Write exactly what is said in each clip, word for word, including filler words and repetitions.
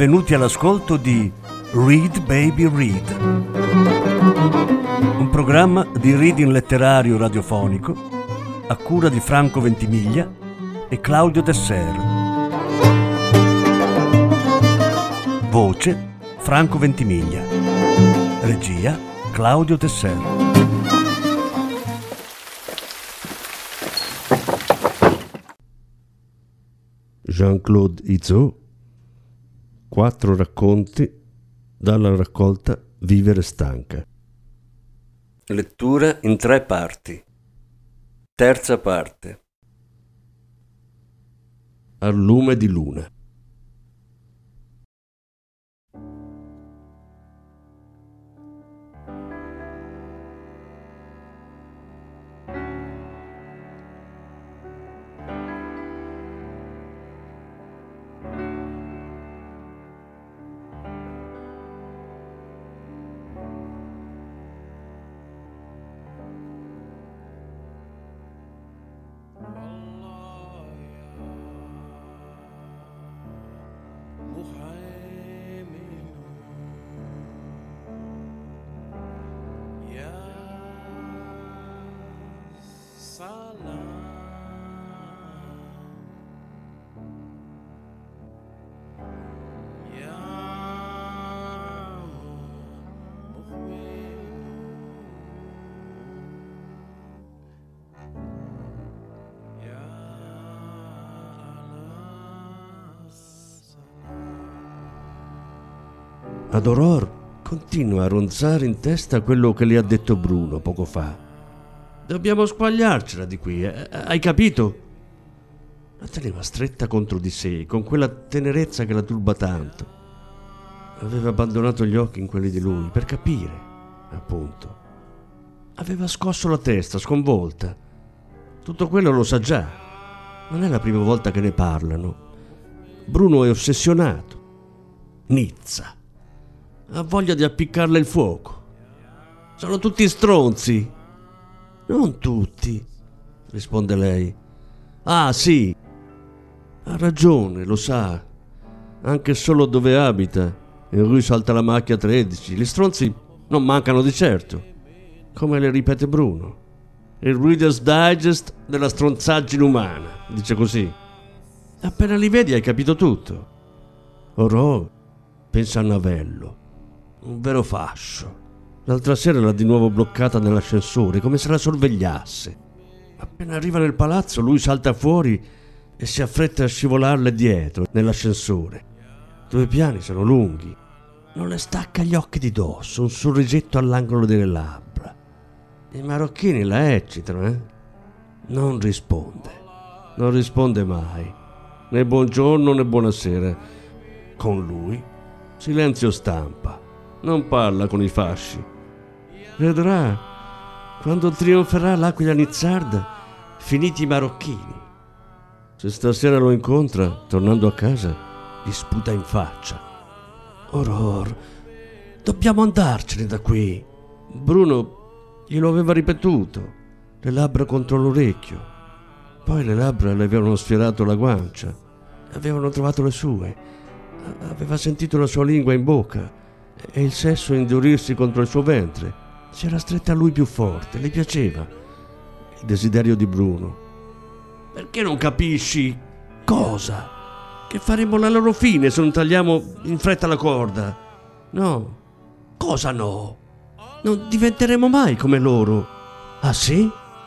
benvenuti all'ascolto di Read Baby Read, un programma di reading letterario radiofonico a cura di Franco Ventimiglia e Claudio Desser. Voce Franco Ventimiglia. Regia Claudio Desser. Jean-Claude Izzo, quattro racconti dalla raccolta Vivere stanca. Lettura in tre parti. Terza parte. Al lume di luna. Ad Aurore continua a ronzare in testa quello che le ha detto Bruno poco fa. Dobbiamo squagliarcela di qui, eh? Hai capito? La teneva stretta contro di sé, con quella tenerezza che la turba tanto. Aveva abbandonato gli occhi in quelli di lui per capire, appunto. Aveva scosso la testa, sconvolta. Tutto quello lo sa già. Non è la prima volta che ne parlano. Bruno è ossessionato. Nizza. Ha voglia di appiccarle il fuoco. Sono tutti stronzi. Non tutti, risponde lei. Ah, sì. Ha ragione, lo sa. Anche solo dove abita, in Rue Saltalamacchia tredici, gli stronzi non mancano di certo. Come le ripete Bruno. Il Reader's Digest della stronzaggine umana, dice così. Appena li vedi hai capito tutto. Aurore pensa a Navello. Un vero fascio. L'altra sera l'ha di nuovo bloccata nell'ascensore, come se la sorvegliasse. Appena arriva nel palazzo, lui salta fuori e si affretta a scivolarle dietro, nell'ascensore. Due piani sono lunghi. Non le stacca gli occhi di dosso, un sorrisetto all'angolo delle labbra. I marocchini la eccitano, eh? Non risponde. Non risponde mai. Né buongiorno né buonasera. Con lui, silenzio stampa. Non parla con i fasci. Vedrà, quando trionferà l'aquila nizzarda, finiti i marocchini. Se stasera lo incontra, tornando a casa, gli sputa in faccia. Aurore, dobbiamo andarcene da qui. Bruno glielo aveva ripetuto, le labbra contro l'orecchio. Poi le labbra le avevano sfiorato la guancia, avevano trovato le sue. Aveva sentito la sua lingua in bocca e il sesso indurirsi contro il suo ventre. Si era stretta a lui più forte, le piaceva. Il desiderio di Bruno. Perché non capisci? Cosa? Che faremo la loro fine se non tagliamo in fretta la corda? No. Cosa no? Non diventeremo mai come loro. Ah sì?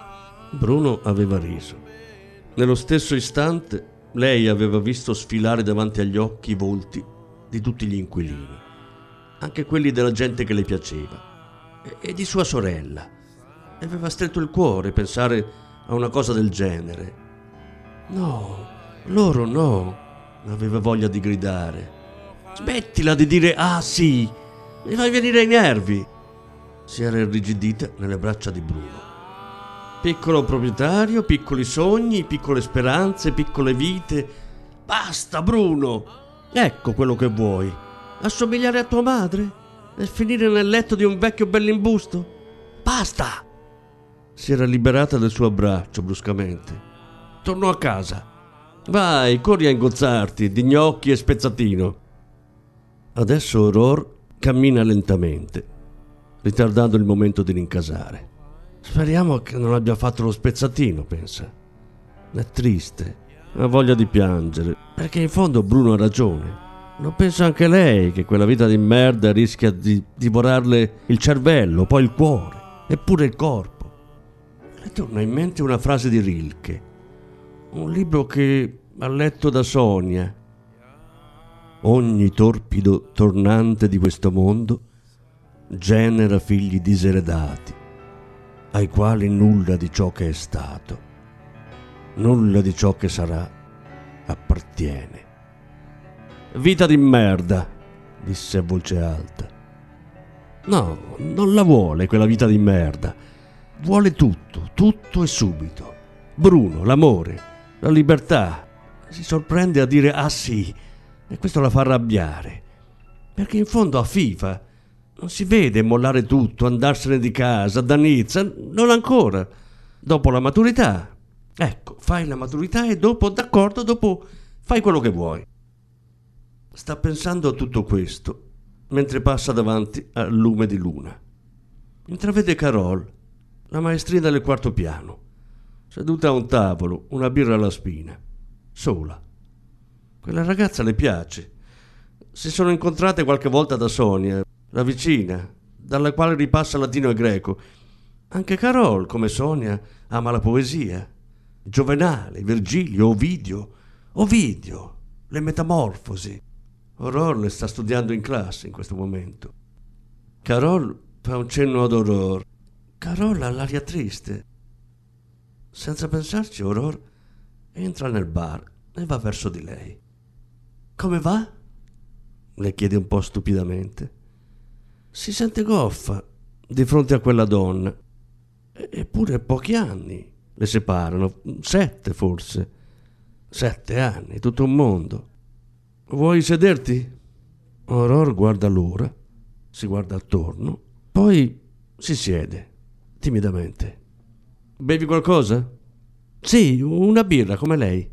Bruno aveva riso. Nello stesso istante lei aveva visto sfilare davanti agli occhi i volti di tutti gli inquilini, anche quelli della gente che le piaceva, e di sua sorella. Le aveva stretto il cuore pensare a una cosa del genere. No, loro no, aveva voglia di gridare. Smettila di dire ah sì, mi fai venire i nervi. Si era irrigidita nelle braccia di Bruno. Piccolo proprietario, piccoli sogni, piccole speranze, piccole vite. Basta, Bruno! Ecco quello che vuoi. Assomigliare a tua madre? E finire nel letto di un vecchio bellimbusto? Basta! Si era liberata del suo abbraccio bruscamente. Tornò a casa. Vai, corri a ingozzarti di gnocchi e spezzatino. Adesso Aurore cammina lentamente, ritardando il momento di rincasare. Speriamo che non abbia fatto lo spezzatino, pensa. È triste, ha voglia di piangere, perché in fondo Bruno ha ragione. Lo pensa anche lei, che quella vita di merda rischia di divorarle il cervello, poi il cuore, e pure il corpo. Le torna in mente una frase di Rilke, un libro che ha letto da Sonia. Ogni torpido tornante di questo mondo genera figli diseredati, ai quali nulla di ciò che è stato, nulla di ciò che sarà, appartiene. Vita di merda, disse a voce alta. No, non la vuole quella vita di merda. Vuole tutto, tutto e subito. Bruno, l'amore, la libertà. Si sorprende a dire ah sì, e questo la fa arrabbiare. Perché in fondo a FIFA non si vede mollare tutto, andarsene di casa, da Nizza, non ancora. Dopo la maturità. Ecco, fai la maturità e dopo, d'accordo, dopo fai quello che vuoi. Sta pensando a tutto questo mentre passa davanti al lume di luna. Intravede Carol, la maestrina del quarto piano, seduta a un tavolo, una birra alla spina, sola. Quella ragazza le piace. Si sono incontrate qualche volta da Sonia, la vicina, dalla quale ripassa latino e greco. Anche Carol, come Sonia, ama la poesia. Giovenale, Virgilio, Ovidio, Ovidio, le Metamorfosi. Aurore le sta studiando in classe in questo momento. Carol fa un cenno ad Aurore. Carol ha l'aria triste. Senza pensarci, Aurore entra nel bar e va verso di lei. Come va? Le chiede un po' stupidamente. Si sente goffa di fronte a quella donna. Eppure pochi anni le separano, sette forse. Sette anni, tutto un mondo. Vuoi sederti? Aurore guarda l'ora, si guarda attorno, poi si siede, timidamente. Bevi qualcosa? Sì, una birra, come lei.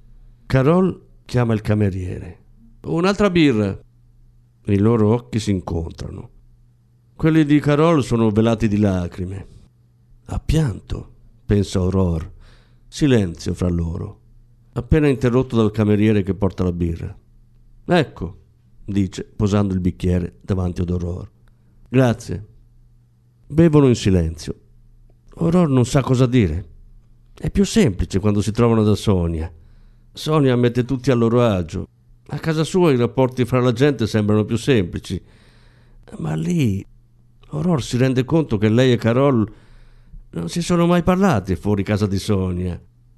Carol chiama il cameriere. Un'altra birra. I loro occhi si incontrano. Quelli di Carol sono velati di lacrime. Ha pianto, pensa Aurore. Silenzio fra loro, appena interrotto dal cameriere che porta la birra. Ecco, dice, posando il bicchiere davanti ad Aurore. Grazie. Bevono in silenzio. Aurore non sa cosa dire. È più semplice quando si trovano da Sonia. Sonia mette tutti a loro agio. A casa sua i rapporti fra la gente sembrano più semplici. Ma lì Aurore si rende conto che lei e Carol non si sono mai parlati fuori casa di Sonia.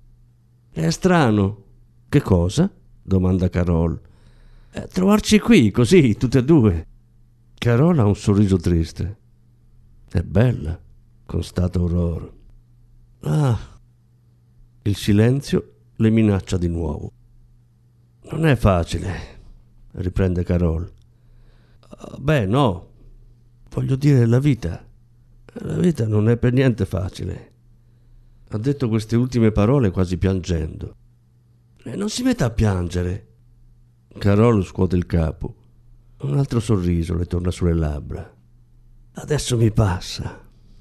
È strano. Che cosa? Domanda Carol. Eh, trovarci qui, così, tutte e due. Carol ha un sorriso triste. È bella, constata Aurore. Ah. Il silenzio le minaccia di nuovo. Non è facile, riprende Carol. Beh, no. Voglio dire, la vita. La vita non è per niente facile. Ha detto queste ultime parole quasi piangendo. E non si metta a piangere. Carol scuote il capo. Un altro sorriso le torna sulle labbra. Adesso mi passa.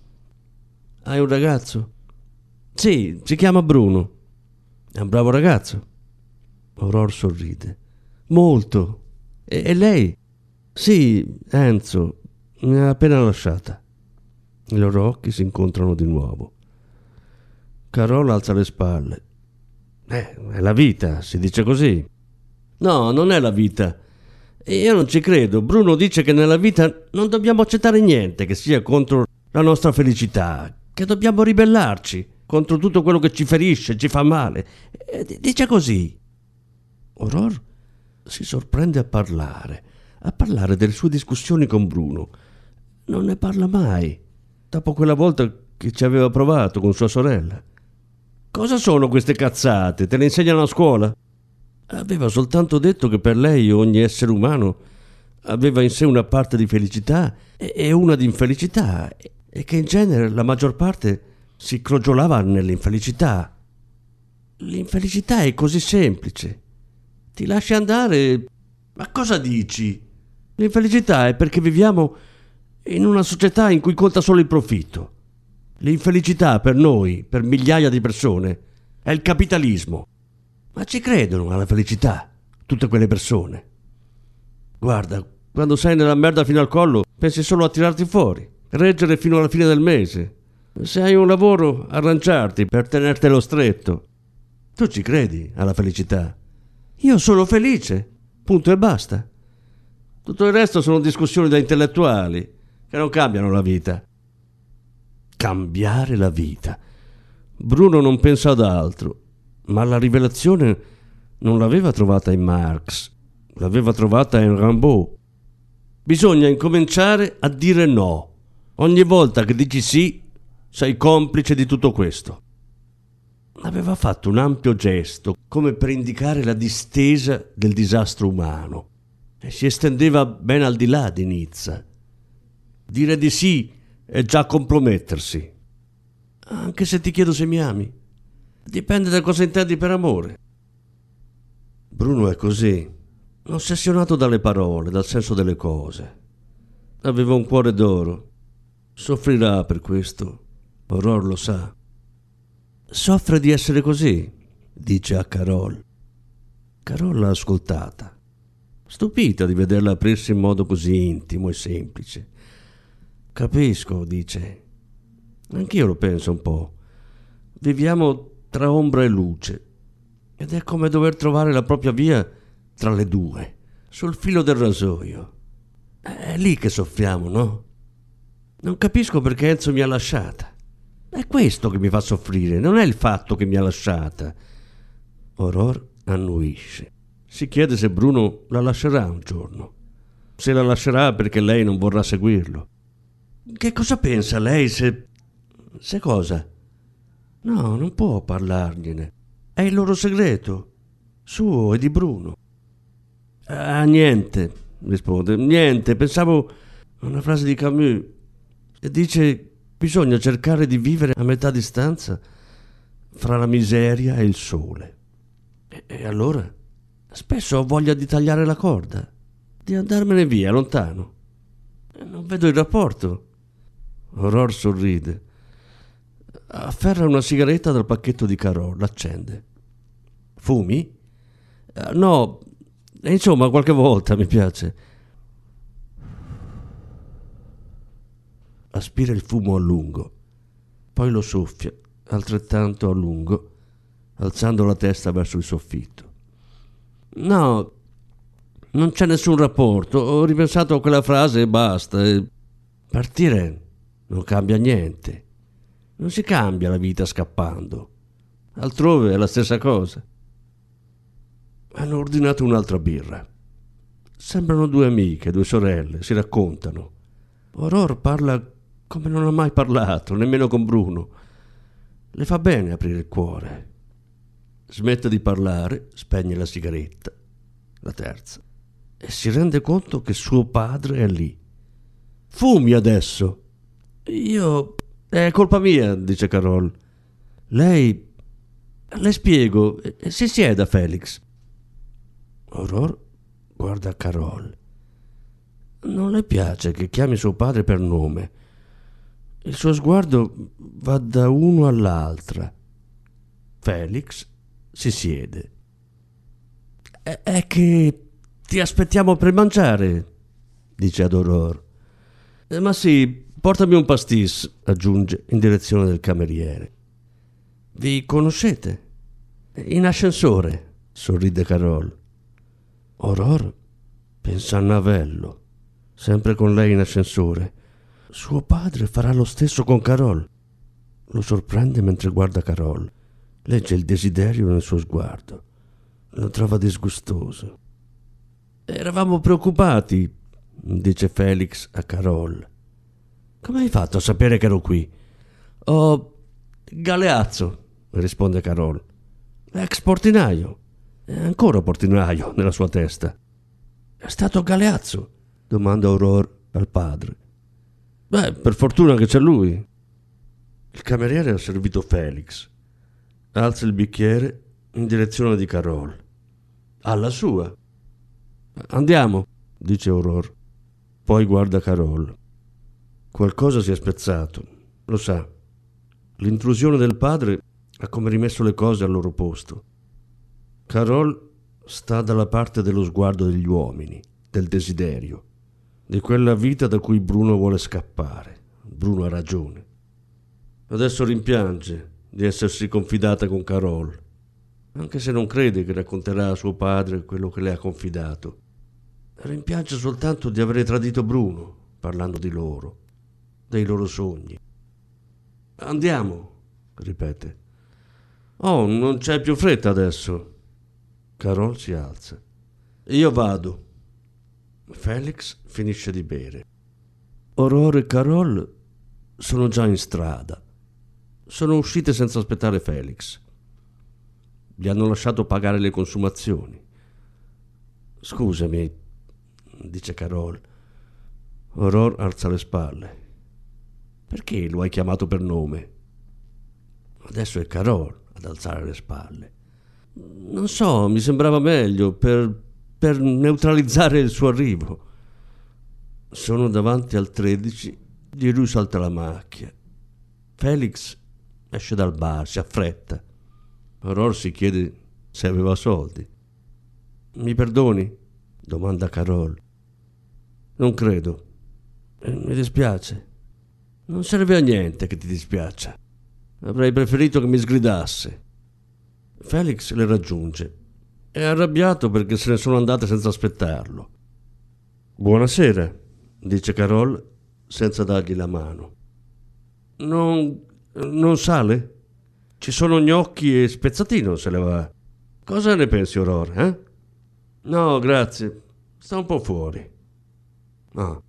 Hai un ragazzo? Sì, si chiama Bruno. È un bravo ragazzo. Aurore sorride. Molto. E, e lei? Sì, Enzo. Mi ha appena lasciata. I loro occhi si incontrano di nuovo. Carol alza le spalle. Eh, è la vita, si dice così. No, non è la vita. Io non ci credo. Bruno dice che nella vita non dobbiamo accettare niente che sia contro la nostra felicità, che dobbiamo ribellarci contro tutto quello che ci ferisce, ci fa male. E dice così. Aurore si sorprende a parlare, a parlare delle sue discussioni con Bruno. Non ne parla mai, dopo quella volta che ci aveva provato con sua sorella. Cosa sono queste cazzate? Te le insegnano a scuola? Aveva soltanto detto che per lei ogni essere umano aveva in sé una parte di felicità e una di infelicità, e che in genere la maggior parte si crogiolava nell'infelicità. L'infelicità è così semplice. Ti lasci andare. Ma cosa dici? L'infelicità è perché viviamo in una società in cui conta solo il profitto. L'infelicità per noi, per migliaia di persone, è il capitalismo. Ma ci credono alla felicità tutte quelle persone? Guarda, quando sei nella merda fino al collo, pensi solo a tirarti fuori, reggere fino alla fine del mese. Se hai un lavoro, arrangiarti per tenertelo stretto. Tu ci credi alla felicità? Io sono felice, punto e basta. Tutto il resto sono discussioni da intellettuali che non cambiano la vita. Cambiare la vita. Bruno non pensa ad altro, ma la rivelazione non l'aveva trovata in Marx, l'aveva trovata in Rimbaud. Bisogna incominciare a dire no. Ogni volta che dici sì, sei complice di tutto questo. Aveva fatto un ampio gesto, come per indicare la distesa del disastro umano, e si estendeva ben al di là di Nizza. Dire di sì è già compromettersi. Anche se ti chiedo se mi ami, dipende da cosa intendi per amore. Bruno è così, ossessionato dalle parole, dal senso delle cose. Aveva un cuore d'oro. Soffrirà per questo. Aurore lo sa. Soffre di essere così, dice a Carol. Carol l'ha ascoltata, stupita di vederla aprirsi in modo così intimo e semplice. Capisco, dice. Anch'io lo penso un po'. Viviamo tra ombra e luce ed è come dover trovare la propria via tra le due, sul filo del rasoio. È lì che soffriamo, no? Non capisco perché Enzo mi ha lasciata. È questo che mi fa soffrire, non è il fatto che mi ha lasciata. Aurore annuisce. Si chiede se Bruno la lascerà un giorno. Se la lascerà perché lei non vorrà seguirlo. Che cosa pensa lei se... Se cosa? No, non può parlargliene. È il loro segreto, suo e di Bruno. Ah, niente, risponde. Niente, pensavo a una frase di Camus. E dice... Bisogna cercare di vivere a metà distanza fra la miseria e il sole. E, e allora spesso ho voglia di tagliare la corda, di andarmene via, lontano. E non vedo il rapporto. Aurore sorride. Afferra una sigaretta dal pacchetto di Carol, l'accende. Fumi? Uh, no, insomma, qualche volta mi piace. Aspira il fumo a lungo, poi lo soffia altrettanto a lungo, alzando la testa verso il soffitto. No, non c'è nessun rapporto. Ho ripensato a quella frase e basta. E partire non cambia niente. Non si cambia la vita scappando. Altrove è la stessa cosa. Hanno ordinato un'altra birra. Sembrano due amiche, due sorelle, si raccontano. Aurore parla come non ha mai parlato, nemmeno con Bruno. Le fa bene aprire il cuore. Smette di parlare, spegne la sigaretta, la terza, e si rende conto che suo padre è lì. Fumi adesso. Io... È colpa mia, dice Carol. Lei... Le spiego. Si sieda, Felix. Aurore guarda Carol. Non le piace che chiami suo padre per nome. Il suo sguardo va da uno all'altra. Felix si siede. È, è che ti aspettiamo per mangiare, dice ad Aurore. Eh, ma sì, portami un pastis, aggiunge in direzione del cameriere. Vi conoscete? In ascensore, sorride Carol. Aurore pensa a Navello, sempre con lei in ascensore. Suo padre farà lo stesso con Carol. Lo sorprende mentre guarda Carol. Legge il desiderio nel suo sguardo. Lo trova disgustoso. Eravamo preoccupati, dice Felix a Carol. Come hai fatto a sapere che ero qui? Oh, Galeazzo, risponde Carol. Ex portinaio. È ancora portinaio nella sua testa. È stato Galeazzo? Domanda Aurore al padre. Beh, per fortuna che c'è lui. Il cameriere ha servito Felix. Alza il bicchiere in direzione di Carol. Alla sua. Andiamo, dice Aurore. Poi guarda Carol. Qualcosa si è spezzato, lo sa. L'intrusione del padre ha come rimesso le cose al loro posto. Carol sta dalla parte dello sguardo degli uomini, del desiderio, di quella vita da cui Bruno vuole scappare. Bruno ha ragione. Adesso rimpiange di essersi confidata con Carol, anche se non crede che racconterà a suo padre quello che le ha confidato. Rimpiange soltanto di avere tradito Bruno, parlando di loro, dei loro sogni. Andiamo, ripete. Oh, non c'è più fretta adesso. Carol si alza. Io vado. Felix finisce di bere. Aurora e Carol sono già in strada. Sono uscite senza aspettare Felix. Gli hanno lasciato pagare le consumazioni. Scusami, dice Carol. Aurora alza le spalle. Perché lo hai chiamato per nome? Adesso è Carol ad alzare le spalle. Non so, mi sembrava meglio per, per neutralizzare il suo arrivo. Sono davanti al tredici, di lui salta la macchia. Felix esce dal bar, si affretta. Aurora si chiede se aveva soldi. Mi perdoni? Domanda Carol. Non credo. Mi dispiace. Non serve a niente che ti dispiaccia. Avrei preferito che mi sgridasse. Felix le raggiunge. È arrabbiato perché se ne sono andate senza aspettarlo. Buonasera, dice Carol senza dargli la mano. Non, non sale? Ci sono gnocchi e spezzatino se le va. Cosa ne pensi, Aurora, eh? No, grazie. Sta un po' fuori. No.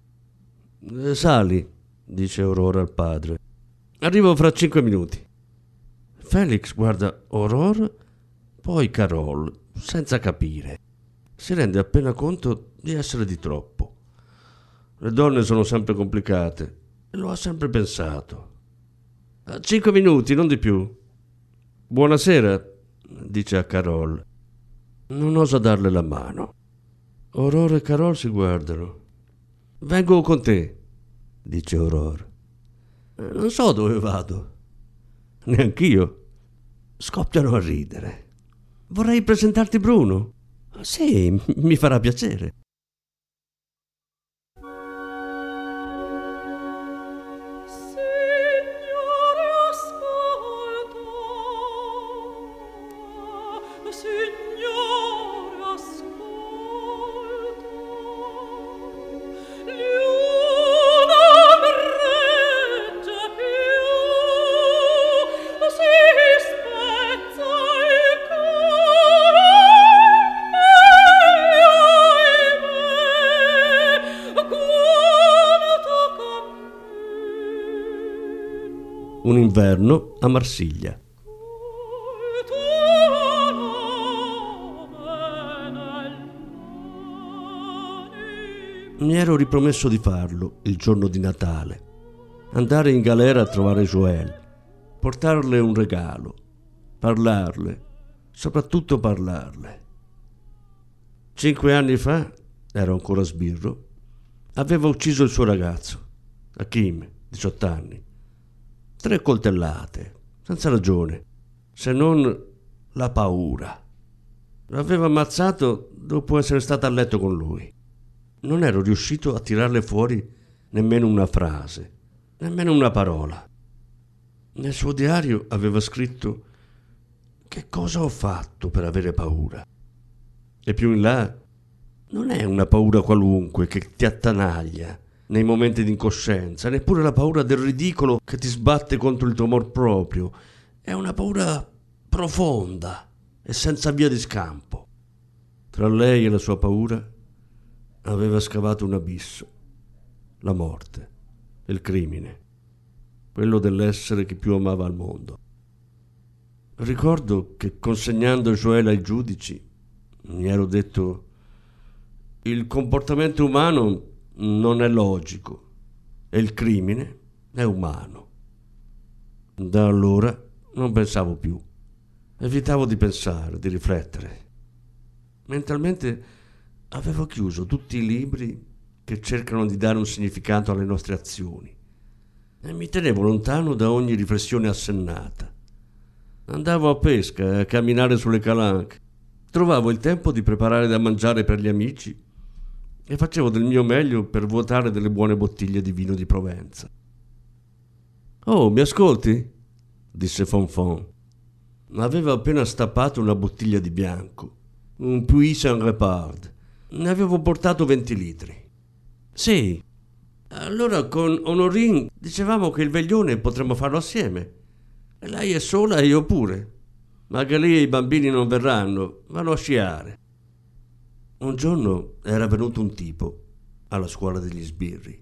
Sali, dice Aurora al padre. Arrivo fra cinque minuti. Felix guarda Aurora, poi Carol, senza capire. Si rende appena conto di essere di troppo. Le donne sono sempre complicate e lo ha sempre pensato. Cinque minuti, non di più. Buonasera, dice a Carol. Non osa darle la mano. Aurora e Carol si guardano. Vengo con te, dice Aurora. Non so dove vado. Neanch'io. Scoppiano a ridere. Vorrei presentarti Bruno. Sì, mi farà piacere. Un inverno a Marsiglia. Mi ero ripromesso di farlo il giorno di Natale. Andare in galera a trovare Joël, portarle un regalo, parlarle, soprattutto parlarle. Cinque anni fa, ero ancora sbirro, aveva ucciso il suo ragazzo, Hakim, diciotto anni. Tre coltellate, senza ragione, se non la paura. L'aveva ammazzato dopo essere stato a letto con lui. Non ero riuscito a tirarle fuori nemmeno una frase, nemmeno una parola. Nel suo diario aveva scritto: che cosa ho fatto per avere paura? E più in là, non è una paura qualunque che ti attanaglia nei momenti di incoscienza, neppure la paura del ridicolo che ti sbatte contro il tuo amor proprio. È una paura profonda e senza via di scampo. Tra lei e la sua paura aveva scavato un abisso, la morte, il crimine, quello dell'essere che più amava al mondo. Ricordo che consegnando Joël ai giudici mi ero detto: il comportamento umano non è logico e il crimine è umano. Da allora non pensavo più. Evitavo di pensare, di riflettere. Mentalmente avevo chiuso tutti i libri che cercano di dare un significato alle nostre azioni. E mi tenevo lontano da ogni riflessione assennata. Andavo a pesca e a camminare sulle calanche. Trovavo il tempo di preparare da mangiare per gli amici e facevo del mio meglio per vuotare delle buone bottiglie di vino di Provenza. «Oh, mi ascolti?» disse Fonfon. Aveva appena stappato una bottiglia di bianco, un Puy Saint-Repard. Ne avevo portato venti litri. «Sì. Allora con Honorine dicevamo che il veglione potremmo farlo assieme. Lei è sola e io pure. Magali e i bambini non verranno, vanno a sciare». Un giorno era venuto un tipo alla scuola degli sbirri,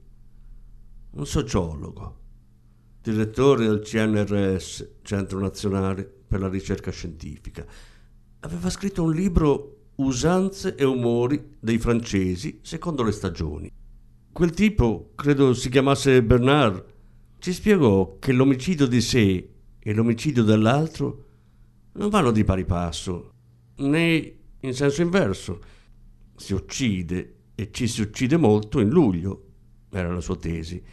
un sociologo, direttore del C N R S, Centro Nazionale per la Ricerca Scientifica. Aveva scritto un libro Usanze e umori dei francesi secondo le stagioni. Quel tipo, credo si chiamasse Bernard, ci spiegò che l'omicidio di sé e l'omicidio dell'altro non vanno di pari passo, né in senso inverso. Si uccide e ci si uccide molto in luglio, era la sua tesi,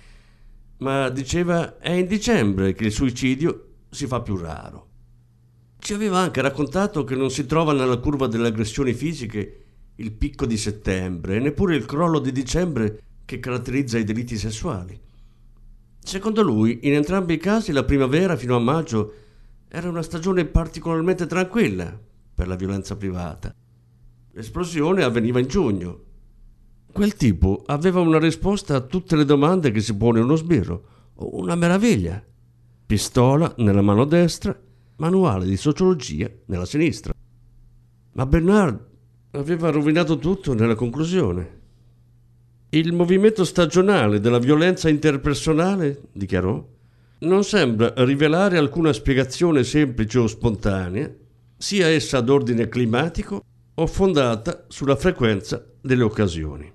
ma diceva è in dicembre che il suicidio si fa più raro. Ci aveva anche raccontato che non si trova nella curva delle aggressioni fisiche il picco di settembre e neppure il crollo di dicembre che caratterizza i delitti sessuali. Secondo lui, in entrambi i casi la primavera fino a maggio era una stagione particolarmente tranquilla per la violenza privata. L'esplosione avveniva in giugno. Quel tipo aveva una risposta a tutte le domande che si pone uno sbirro. Una meraviglia. Pistola nella mano destra, manuale di sociologia nella sinistra. Ma Bernard aveva rovinato tutto nella conclusione. Il movimento stagionale della violenza interpersonale, dichiarò, non sembra rivelare alcuna spiegazione semplice o spontanea, sia essa d'ordine climatico o fondata sulla frequenza delle occasioni.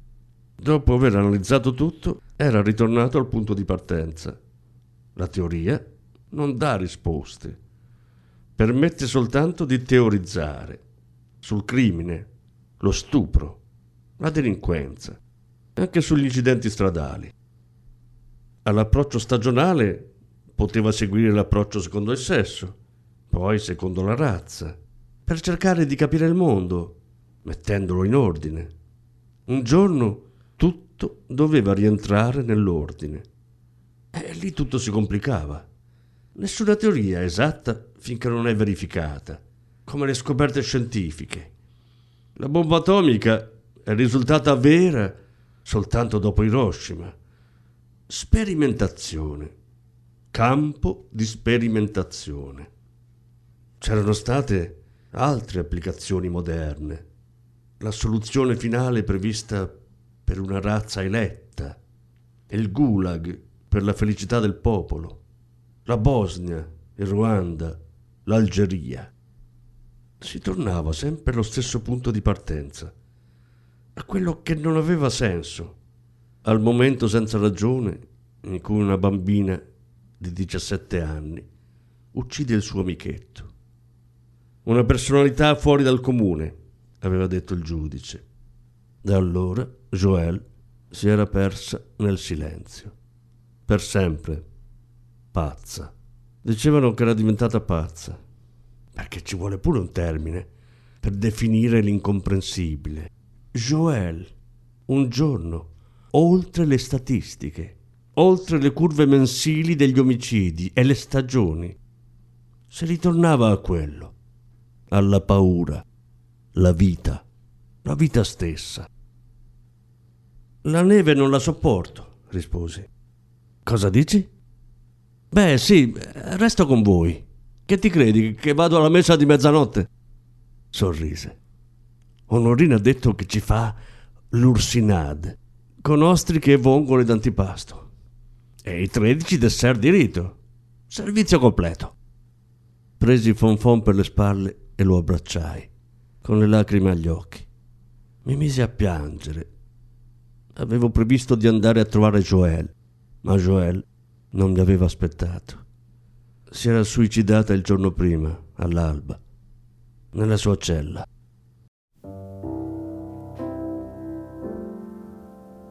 Dopo aver analizzato tutto, era ritornato al punto di partenza. La teoria non dà risposte, permette soltanto di teorizzare sul crimine, lo stupro, la delinquenza, anche sugli incidenti stradali. All'approccio stagionale poteva seguire l'approccio secondo il sesso, poi secondo la razza, per cercare di capire il mondo, mettendolo in ordine. Un giorno tutto doveva rientrare nell'ordine. E lì tutto si complicava. Nessuna teoria è esatta finché non è verificata, come le scoperte scientifiche. La bomba atomica è risultata vera soltanto dopo Hiroshima. Sperimentazione. Campo di sperimentazione. C'erano state altre applicazioni moderne. La soluzione finale prevista per una razza eletta, il Gulag per la felicità del popolo, la Bosnia, il Ruanda, l'Algeria. Si tornava sempre allo stesso punto di partenza, a quello che non aveva senso, al momento senza ragione in cui una bambina di diciassette anni uccide il suo amichetto. Una personalità fuori dal comune, aveva detto il giudice. Da allora Joël si era persa nel silenzio. Per sempre. Pazza. Dicevano che era diventata pazza, perché ci vuole pure un termine per definire l'incomprensibile. Joël, un giorno, oltre le statistiche, oltre le curve mensili degli omicidi e le stagioni, si ritornava a quello, alla paura, la vita, la vita stessa. La neve non la sopporto, risposi. Cosa dici? Beh, sì, resto con voi. Che ti credi, che vado alla messa di mezzanotte? Sorrise. Honorine ha detto che ci fa l'ursinade, con ostriche e vongole d'antipasto. E i tredici dessert di rito. Servizio completo. Presi Fonfon per le spalle e lo abbracciai, con le lacrime agli occhi. Mi misi a piangere. Avevo previsto di andare a trovare Joël, ma Joël non mi aveva aspettato. Si era suicidata il giorno prima, all'alba, nella sua cella.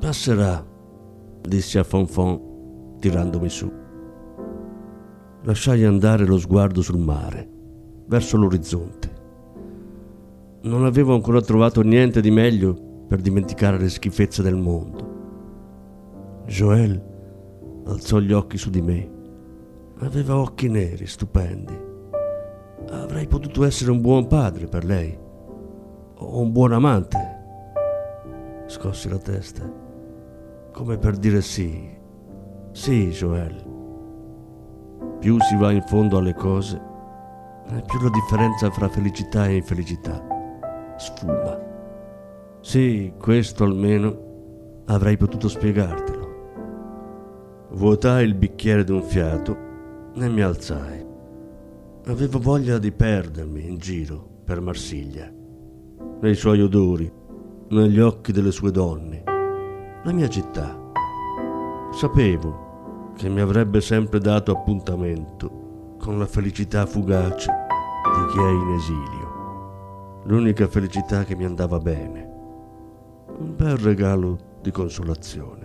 Passerà, dissi a Fonfon, tirandomi su. Lasciai andare lo sguardo sul mare, verso l'orizzonte. Non avevo ancora trovato niente di meglio per dimenticare le schifezze del mondo. Joël alzò gli occhi su di me. Aveva occhi neri, stupendi. Avrei potuto essere un buon padre per lei, o un buon amante. Scossi la testa, come per dire sì. Sì, Joël. Più si va in fondo alle cose, più la differenza fra felicità e infelicità sfuma. Sì, questo almeno avrei potuto spiegartelo. Vuotai il bicchiere d'un fiato e mi alzai. Avevo voglia di perdermi in giro per Marsiglia, nei suoi odori, negli occhi delle sue donne, la mia città. Sapevo che mi avrebbe sempre dato appuntamento con la felicità fugace di chi è in esilio, l'unica felicità che mi andava bene, un bel regalo di consolazione.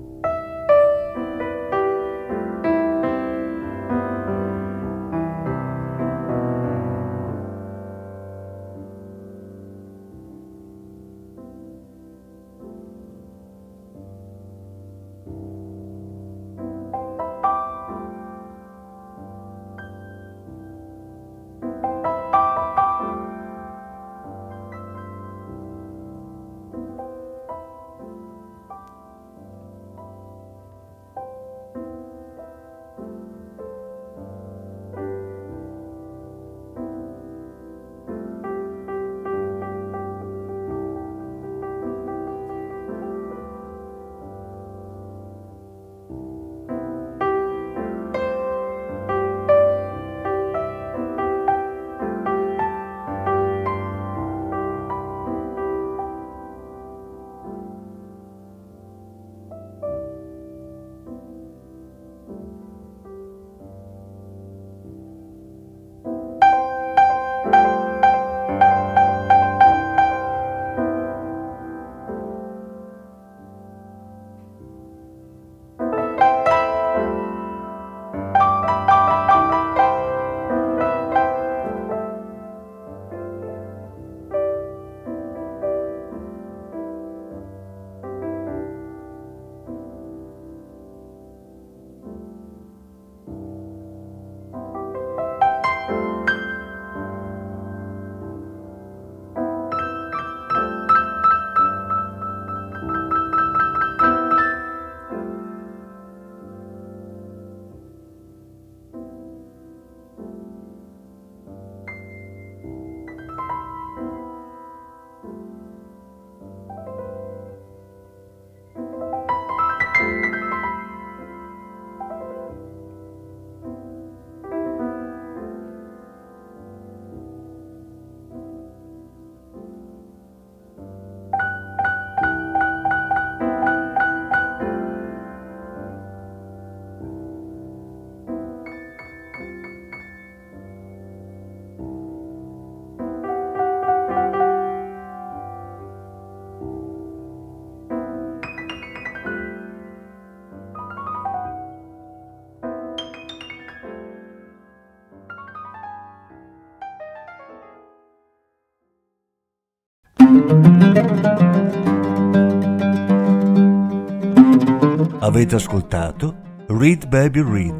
Avete ascoltato Read Baby Read,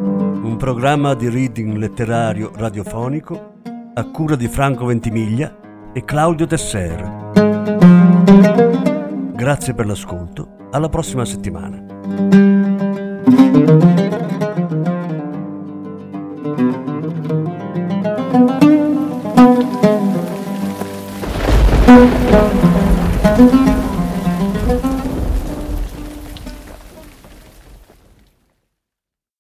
un programma di reading letterario radiofonico a cura di Franco Ventimiglia e Claudio Tesser. Grazie per l'ascolto, alla prossima settimana.